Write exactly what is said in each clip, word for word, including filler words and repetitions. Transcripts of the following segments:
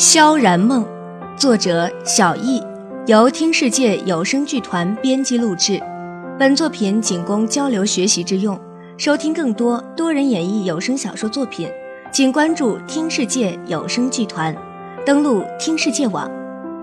萧然梦，作者小易，由听世界有声剧团编辑录制。本作品仅供交流学习之用，收听更多多人演绎有声小说作品，请关注听世界有声剧团，登录听世界网。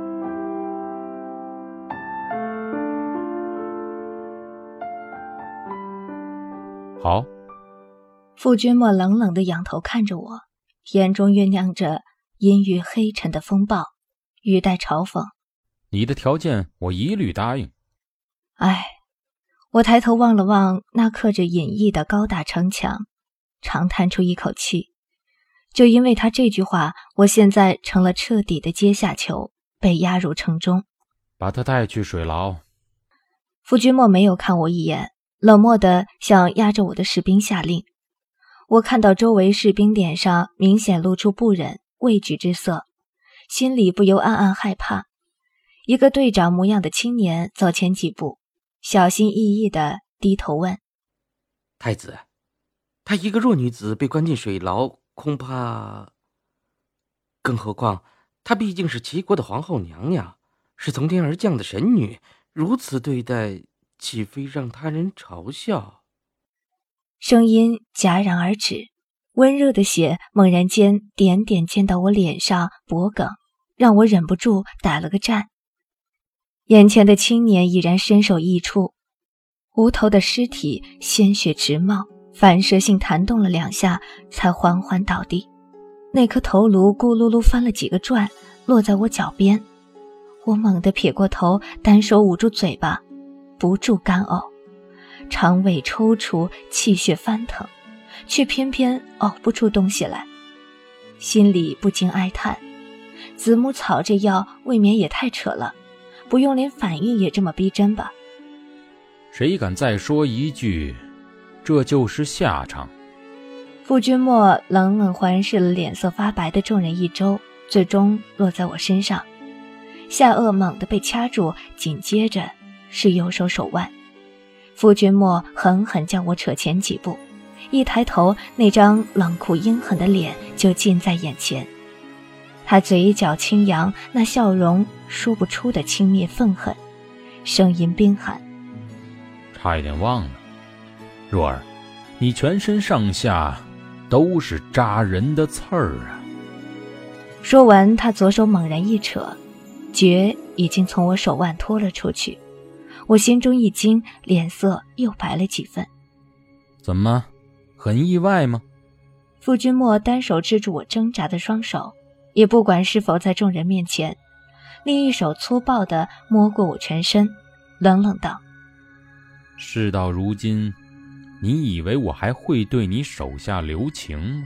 好。 傅君莫冷冷地仰头看着我，眼中酝酿着阴郁黑沉的风暴，语带嘲讽。 你的条件我一律答应。 唉，我抬头望了望那刻着隐逸的高大城墙，长叹出一口气。就因为他这句话，我现在成了彻底的阶下囚，被押入城中。 把他带去水牢。 傅君莫没有看我一眼，冷漠地向押着我的士兵下令。我看到周围士兵脸上明显露出不忍畏惧之色，心里不由暗暗害怕。一个队长模样的青年走前几步，小心翼翼地低头问： 太子，她一个弱女子被关进水牢，恐怕……更何况她毕竟是齐国的皇后娘娘，是从天而降的神女，如此对待，岂非让他人嘲笑？ 声音戛然而止，温热的血猛然间点点溅到我脸上脖颈，让我忍不住打了个战。眼前的青年已然身首异处，无头的尸体鲜血直冒，反射性弹动了两下才缓缓倒地。那颗头颅咕噜噜翻了几个转，落在我脚边。我猛地撇过头，单手捂住嘴巴，不住干呕，肠胃抽搐，气血翻腾，却偏偏呕不出东西来。心里不禁哀叹，子母草这药未免也太扯了，不用连反应也这么逼真吧。 谁敢再说一句，这就是下场。 傅君莫冷冷环视了脸色发白的众人一周，最终落在我身上。下颚猛地被掐住，紧接着是右手手腕。傅君莫狠狠将我扯前几步，一抬头，那张冷酷阴狠的脸就近在眼前。他嘴角轻扬，那笑容说不出的轻蔑愤恨，声音冰寒： 差一点忘了，若儿，你全身上下都是扎人的刺儿啊！ 说完，他左手猛然一扯，诀已经从我手腕拖了出去。我心中一惊，脸色又白了几分。 怎么，很意外吗？ 傅君莫单手支住我挣扎的双手，也不管是否在众人面前，另一手粗暴地摸过我全身，冷冷道： 事到如今，你以为我还会对你手下留情吗？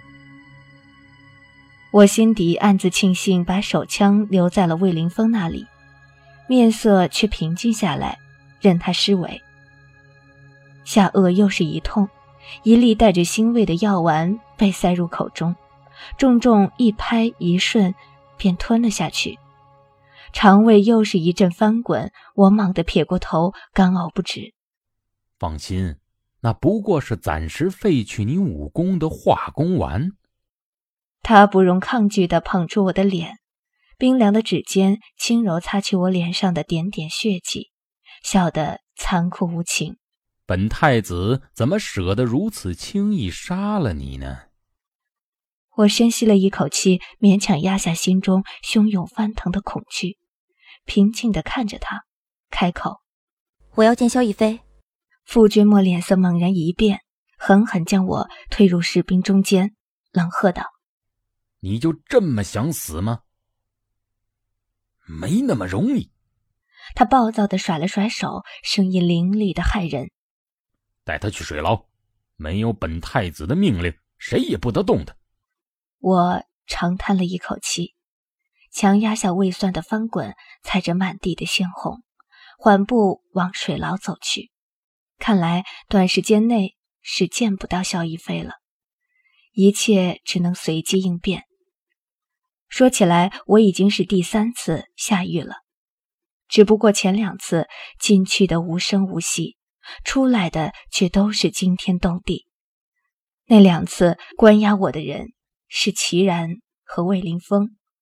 我心底暗自庆幸把手枪留在了魏凌风那里，面色却平静下来，任他施为。下颚又是一痛，一粒带着腥味的药丸被塞入口中，重重一拍一瞬便吞了下去。肠胃又是一阵翻滚，我猛地撇过头，干呕不止。 放心，那不过是暂时废去你武功的化功丸。 他不容抗拒地捧住我的脸，冰凉的指尖轻柔擦去我脸上的点点血迹，笑得残酷无情。 本太子怎么舍得如此轻易杀了你呢？ 我深吸了一口气，勉强压下心中汹涌翻腾的恐惧，平静地看着他，开口： 我要见萧逸飞。 傅君莫脸色猛然一变，狠狠将我推入士兵中间，冷喝道： 你就这么想死吗？没那么容易。 他暴躁地甩了甩手，声音凌厉的骇人： 带他去水牢，没有本太子的命令，谁也不得动他。 我长叹了一口气，强压下胃酸的翻滚，踩着满地的鲜红，缓步往水牢走去。看来短时间内是见不到萧逸飞了，一切只能随机应变。说起来，我已经是第三次下狱了，只不过前两次进去的无声无息，出来的却都是惊天动地。那两次关押我的人是齐然和魏凌风，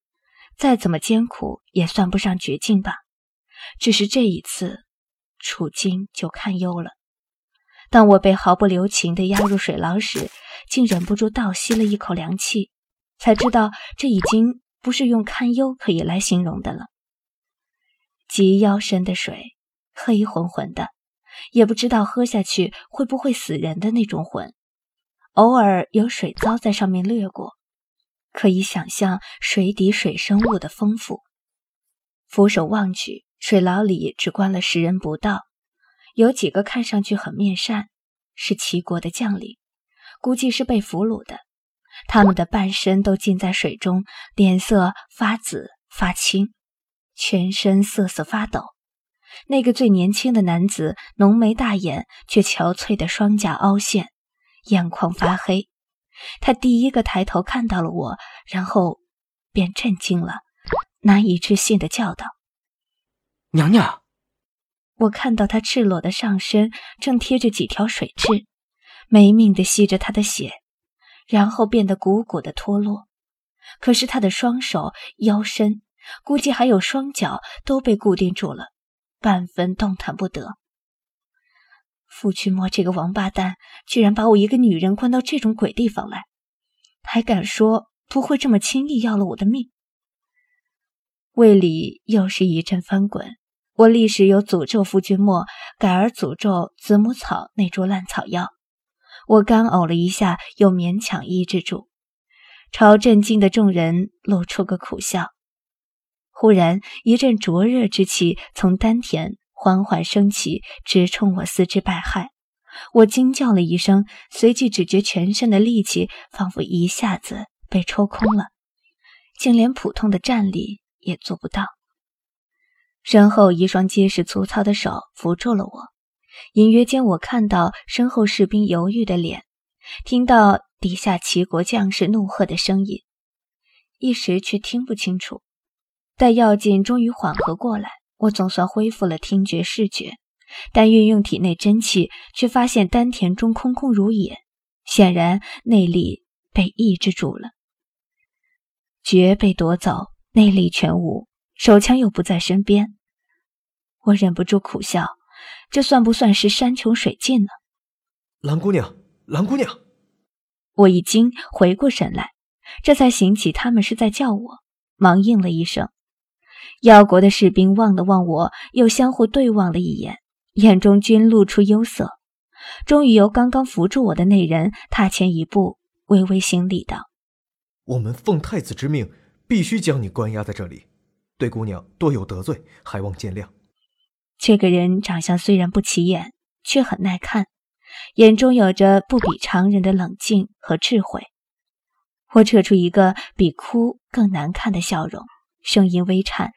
再怎么艰苦也算不上绝境吧。只是这一次，处境就堪忧了。当我被毫不留情地压入水牢时，竟忍不住倒吸了一口凉气，才知道这已经不是用堪忧可以来形容的了。及腰深的水，黑浑浑的，也不知道喝下去会不会死人的那种浑，偶尔有水糟在上面掠过，可以想象水底水生物的丰富。俯首望去，水牢里只关了十人不到，有几个看上去很面善，是齐国的将领，估计是被俘虏的。他们的半身都浸在水中，脸色发紫发青，全身瑟瑟发抖。那个最年轻的男子浓眉大眼，却憔悴的双颊凹陷，眼眶发黑。他第一个抬头看到了我，然后便震惊了，难以置信地叫道： 娘娘！ 我看到他赤裸的上身正贴着几条水蛭，没命地吸着他的血，然后变得鼓鼓的脱落。可是他的双手、腰身，估计还有双脚都被固定住了，半分动弹不得。傅君莫这个王八蛋，居然把我一个女人关到这种鬼地方来，还敢说不会这么轻易要了我的命。胃里又是一阵翻滚，我立时有诅咒傅君莫，改而诅咒子母草那株烂草药。我干呕了一下，又勉强抑制住，朝震惊的众人露出个苦笑。忽然一阵灼热之气从丹田缓缓升起，直冲我四肢百骸。我惊叫了一声，随即只觉全身的力气仿佛一下子被抽空了，竟连普通的站立也做不到。身后一双结实粗糙的手扶住了我，隐约间我看到身后士兵犹豫的脸，听到底下齐国将士怒喝的声音，一时却听不清楚。待药劲终于缓和过来，我总算恢复了听觉视觉，但运用体内真气，却发现丹田中空空如也，显然内力被抑制住了。觉被夺走，内力全无，手枪又不在身边，我忍不住苦笑，这算不算是山穷水尽呢？ 蓝姑娘，蓝姑娘！ 我一惊，回过神来，这才醒起他们是在叫我，忙应了一声。药国的士兵望了望我，又相互对望了一眼，眼中均露出忧色。终于由刚刚扶住我的那人踏前一步，微微行礼道： 我们奉太子之命，必须将你关押在这里，对姑娘多有得罪，还望见谅。 这个人长相虽然不起眼，却很耐看，眼中有着不比常人的冷静和智慧。我扯出一个比哭更难看的笑容，声音微颤：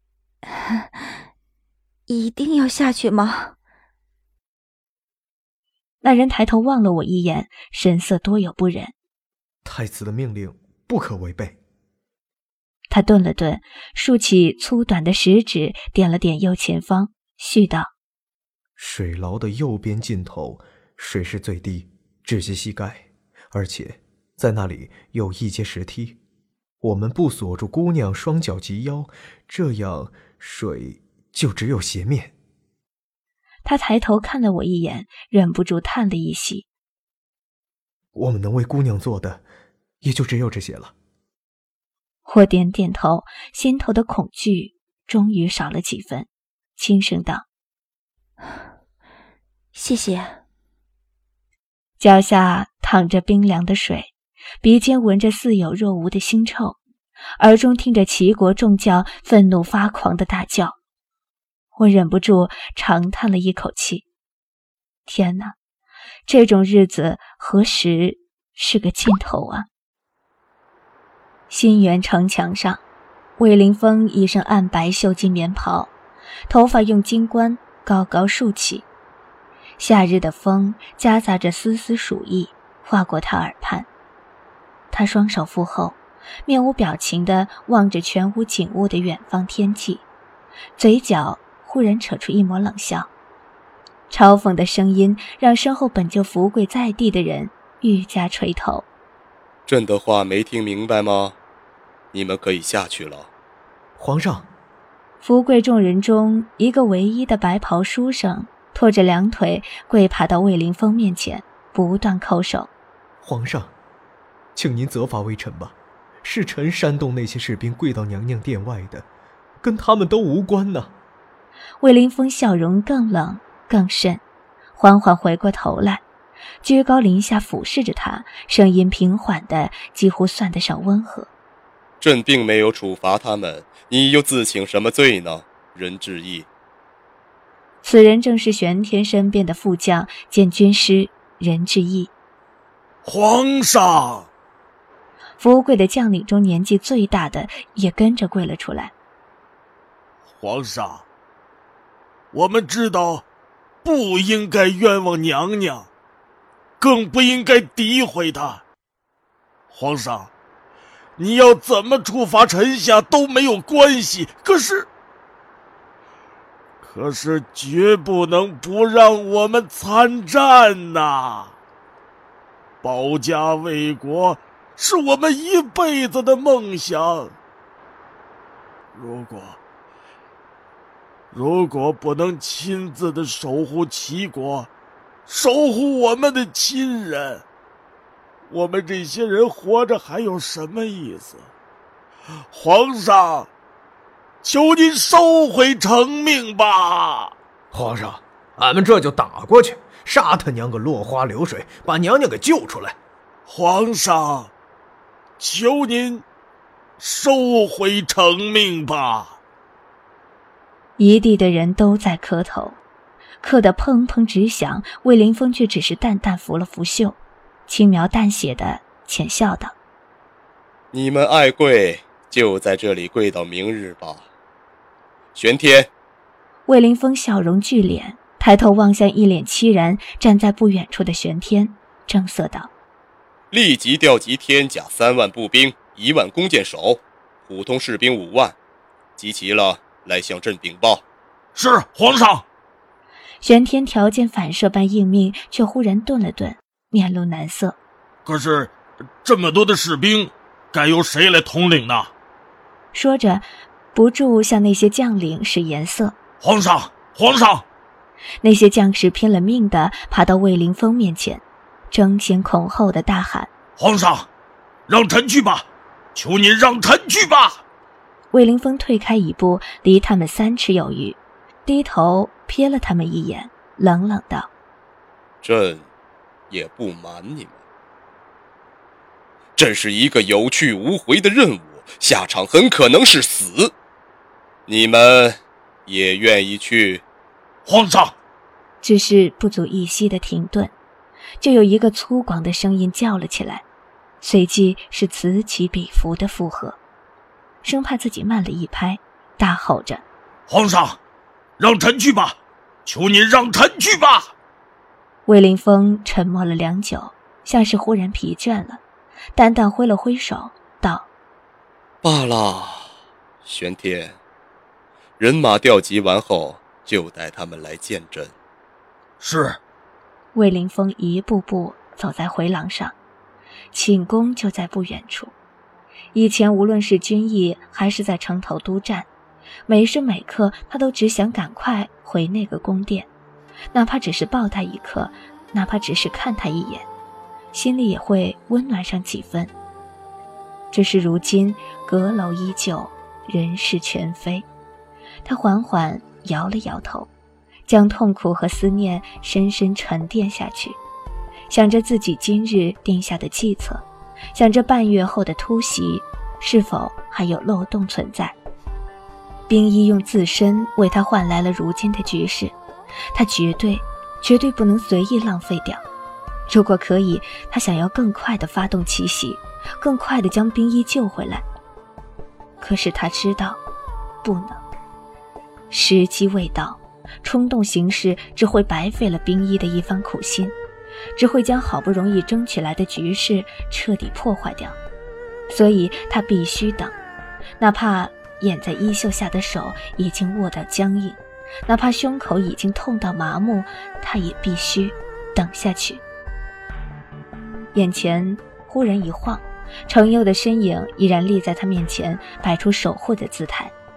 一定要下去吗？ 那人抬头望了我一眼，神色多有不忍。 太子的命令不可违背。 他顿了顿，竖起粗短的食指，点了点右前方，续道： 水牢的右边尽头，水势最低，只及膝盖，而且在那里有一阶石梯。我们不锁住姑娘双脚及腰，这样水就只有斜面。 他抬头看了我一眼，忍不住叹了一息。 我们能为姑娘做的，也就只有这些了。 我点点头，心头的恐惧终于少了几分，轻声道： 谢谢。 脚下淌着冰凉的水，鼻尖闻着似有若无的腥臭，耳中听着齐国众将愤怒发狂的大叫。我忍不住长叹了一口气。天哪，这种日子何时是个尽头啊？新园城墙上，魏凌风一身暗白绣金棉袍，头发用金冠高高竖起。夏日的风夹杂着丝丝暑意划过他耳畔。他双手负后，面无表情地望着全无景物的远方天际，嘴角忽然扯出一抹冷笑。嘲讽的声音让身后本就富贵在地的人愈加垂头。 朕的话没听明白吗？你们可以下去了。 皇上！ 福贵众人中一个唯一的白袍书生拖着两腿跪爬到魏凌风面前，不断叩首。 皇上，请您责罚微臣吧，是臣煽动那些士兵跪到娘娘殿外的，跟他们都无关呢。 魏凌风笑容更冷更甚，缓缓回过头来，居高临下俯视着他，声音平缓的几乎算得上温和。 朕并没有处罚他们，你又自请什么罪呢？任志毅。 此人正是玄天身边的副将兼军师任志毅。 皇上！ 福贵的将领中年纪最大的也跟着跪了出来。 皇上，我们知道不应该冤枉娘娘，更不应该诋毁她。皇上，你要怎么处罚臣下都没有关系，可是可是绝不能不让我们参战呐！保家卫国是我们一辈子的梦想，如果如果不能亲自的守护齐国，守护我们的亲人，我们这些人活着还有什么意思？皇上，求您收回成命吧！ 皇上，俺们这就打过去，杀他娘个落花流水，把娘娘给救出来。 皇上，求您收回成命吧！ 一地的人都在磕头，磕得砰砰直响。魏凌风却只是淡淡拂了拂袖，轻描淡写的浅笑道： 你们爱跪就在这里跪到明日吧。玄天。 魏凌风笑容聚敛，抬头望向一脸凄然站在不远处的玄天，正色道： 立即调集天甲三万步兵，一万弓箭手，普通士兵五万，集齐了来向朕禀报。 是，皇上。 玄天条件反射般应命，却忽然顿了顿，面露难色。 可是这么多的士兵，该由谁来统领呢？ 说着不住向那些将领使颜色。 皇上，皇上！ 那些将士拼了命地爬到魏凌风面前，争先恐后地大喊： 皇上，让臣去吧，求您让臣去吧！ 魏凌风退开一步，离他们三尺有余，低头瞥了他们一眼，冷冷道： 朕也不瞒你们，这是一个有去无回的任务，下场很可能是死。你们也愿意去？ 皇上！ 只是不足一息的停顿，就有一个粗犷的声音叫了起来，随即是此起彼伏的附和，生怕自己慢了一拍，大吼着： 皇上，让臣去吧，求您让臣去吧！ 魏凌风沉默了良久，像是忽然疲倦了，淡淡挥了挥手道： 罢了，玄天，人马调集完后就带他们来见朕。 是。 魏凌风一步步走在回廊上，寝宫就在不远处。以前无论是军役还是在城头督战，每时每刻他都只想赶快回那个宫殿，哪怕只是抱他一刻，哪怕只是看他一眼，心里也会温暖上几分。只是如今阁楼依旧，人事全非。他缓缓摇了摇头，将痛苦和思念深深沉淀下去，想着自己今日定下的计策，想着半月后的突袭是否还有漏洞存在。兵一用自身为他换来了如今的局势，他绝对绝对不能随意浪费掉。如果可以，他想要更快地发动奇袭，更快地将兵一救回来。可是他知道不能，时机未到，冲动行事只会白费了兵一的一番苦心，只会将好不容易争取来的局势彻底破坏掉。所以他必须等，哪怕掩在衣袖下的手已经握到僵硬，哪怕胸口已经痛到麻木，他也必须等下去。眼前忽然一晃，程佑的身影依然立在他面前，摆出守护的姿态，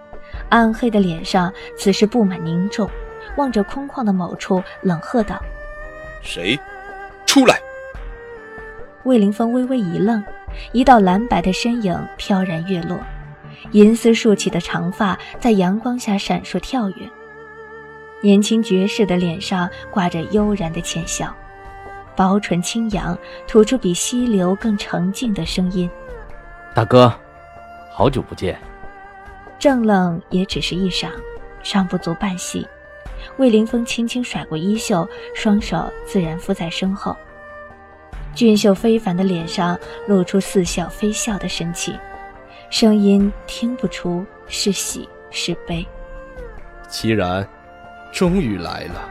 暗黑的脸上此时布满凝重，望着空旷的某处冷喝道： 谁？出来！ 魏凌风微微一愣，一道蓝白的身影飘然跃落，银丝竖起的长发在阳光下闪烁跳跃，年轻绝世的脸上挂着悠然的浅笑，薄唇轻扬，吐出比溪流更澄净的声音： 大哥，好久不见。 怔愣也只是一晌，尚不足半息。魏凌风轻轻甩过衣袖，双手自然附在身后，俊秀非凡的脸上露出似笑非笑的神气，声音听不出是喜是悲。 齐然，终于来了。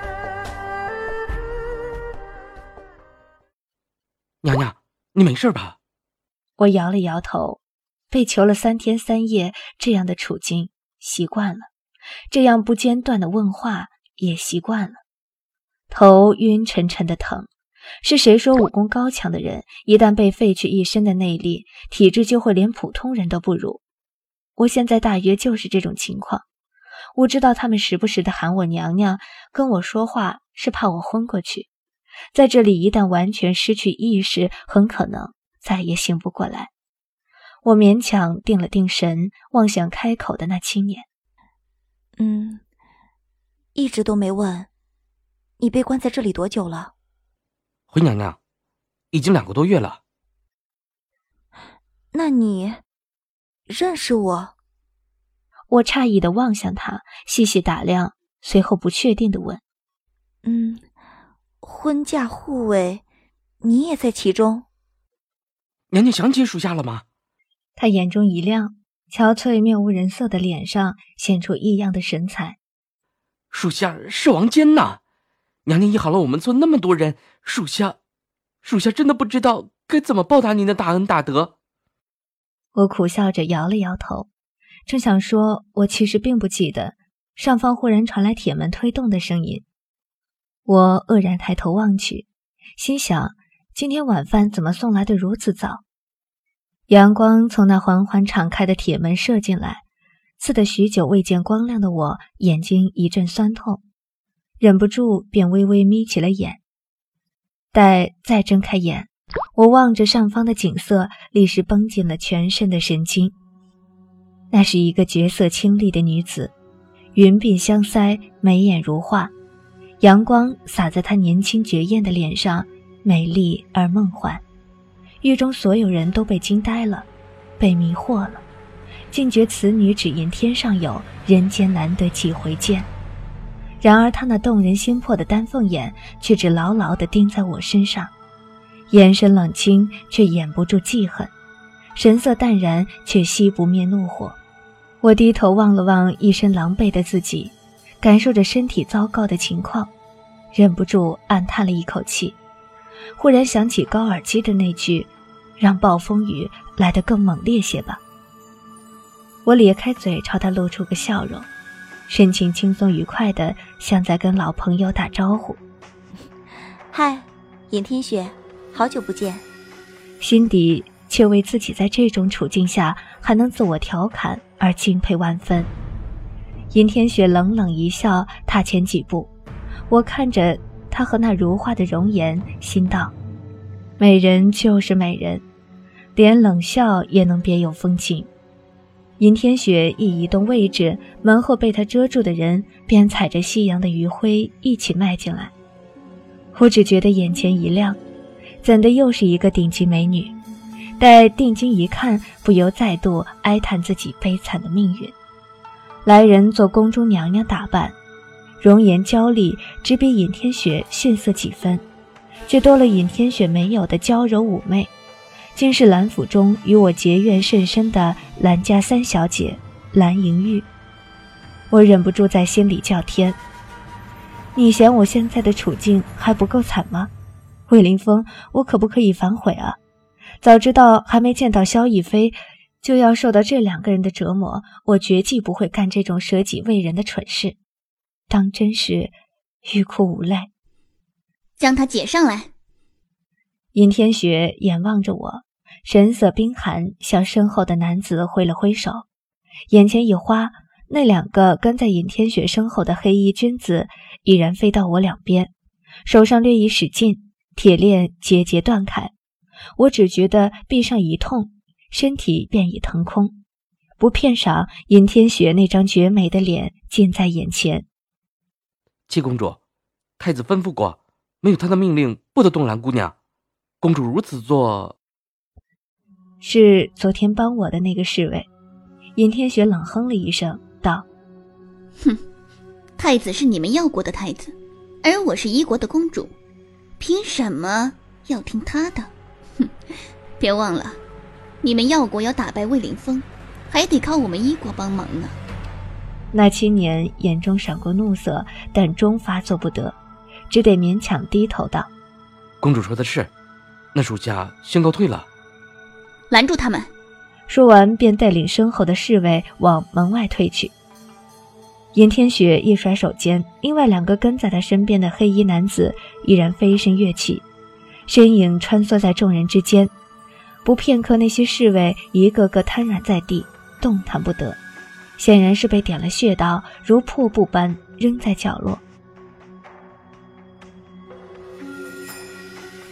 娘娘，你没事吧？ 我摇了摇头，被囚了三天三夜，这样的处境习惯了，这样不间断的问话也习惯了。头晕沉沉的疼，是谁说武功高强的人一旦被废去一身的内力，体质就会连普通人都不如？我现在大约就是这种情况。我知道他们时不时的喊我娘娘，跟我说话是怕我昏过去，在这里一旦完全失去意识，很可能再也醒不过来。我勉强定了定神，望向开口的那青年。 嗯，一直都没问，你被关在这里多久了？ 回娘娘，已经两个多月了。 那你认识我？ 我诧异地望向他，细细打量，随后不确定地问： 嗯，婚嫁护卫，你也在其中？ 娘娘想起属下了吗？ 他眼中一亮，憔悴面无人色的脸上显出异样的神采。 属下是王坚呐，娘娘医好了我们村那么多人，属下，属下真的不知道该怎么报答您的大恩大德。 我苦笑着摇了摇头，正想说我其实并不记得，上方忽然传来铁门推动的声音。我愕然抬头望去，心想今天晚饭怎么送来的如此早？阳光从那缓缓敞开的铁门射进来，刺得许久未见光亮的我眼睛一阵酸痛，忍不住便微微眯起了眼。待再睁开眼，我望着上方的景色，立时绷紧了全身的神经。那是一个绝色清丽的女子，云鬓相腮，眉眼如画，阳光洒在她年轻绝艳的脸上，美丽而梦幻。狱中所有人都被惊呆了，被迷惑了，竟觉此女只因天上有，人间难得几回见。然而她那动人心魄的丹凤眼却只牢牢地盯在我身上，眼神冷清却掩不住记恨，神色淡然却熄不灭怒火。我低头望了望一身狼狈的自己，感受着身体糟糕的情况，忍不住暗叹了一口气，忽然想起高尔基的那句，让暴风雨来得更猛烈些吧。我咧开嘴朝他露出个笑容，神情轻松愉快的像在跟老朋友打招呼。 嗨，尹天雪，好久不见。 心底却为自己在这种处境下还能自我调侃而敬佩万分。尹天雪冷冷一笑，踏前几步，我看着她和那如花的容颜，心道：美人就是美人，连冷笑也能别有风情。尹天雪一移动位置，门后被她遮住的人便踩着夕阳的余晖一起迈进来。我只觉得眼前一亮，怎的又是一个顶级美女？待定睛一看，不由再度哀叹自己悲惨的命运。来人做宫中娘娘打扮，容颜娇丽，只比尹天雪逊色几分，却多了尹天雪没有的娇柔妩媚，竟是蓝府中与我结怨甚深的蓝家三小姐蓝莹玉。我忍不住在心里叫天，你嫌我现在的处境还不够惨吗？魏凌风，我可不可以反悔啊？早知道还没见到萧逸飞就要受到这两个人的折磨，我绝技不会干这种舍己为人的蠢事，当真是欲哭无泪。 将他解上来。 尹天雪眼望着我，神色冰寒，向身后的男子挥了挥手，眼前一花， 那两个跟在尹天雪身后的黑衣君子已然飞到我两边，手上略一使劲，铁链节节断开。我只觉得臂上一痛，身体便已腾空。不片晌，尹天雪那张绝美的脸近在眼前。 七公主，太子吩咐过，没有他的命令不得动兰姑娘。公主如此做， 是昨天帮我的那个侍卫。尹天雪冷哼了一声，道： 哼，太子是你们药国的太子，而我是伊国的公主，凭什么要听他的？哼，别忘了，你们药国要打败魏凌风，还得靠我们伊国帮忙呢。 那青年眼中闪过怒色，但终发作不得，只得勉强低头道： 公主说的是，那属下宣告退了。 拦住他们！ 说完便带领身后的侍卫往门外退去。尹天雪一甩手间，另外两个跟在他身边的黑衣男子依然飞身跃起，身影穿梭在众人之间。不片刻，那些侍卫一个个瘫软在地，动弹不得，显然是被点了穴道，如破布般扔在角落。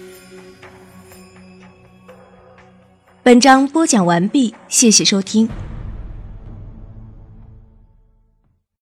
本章播讲完毕，谢谢收听。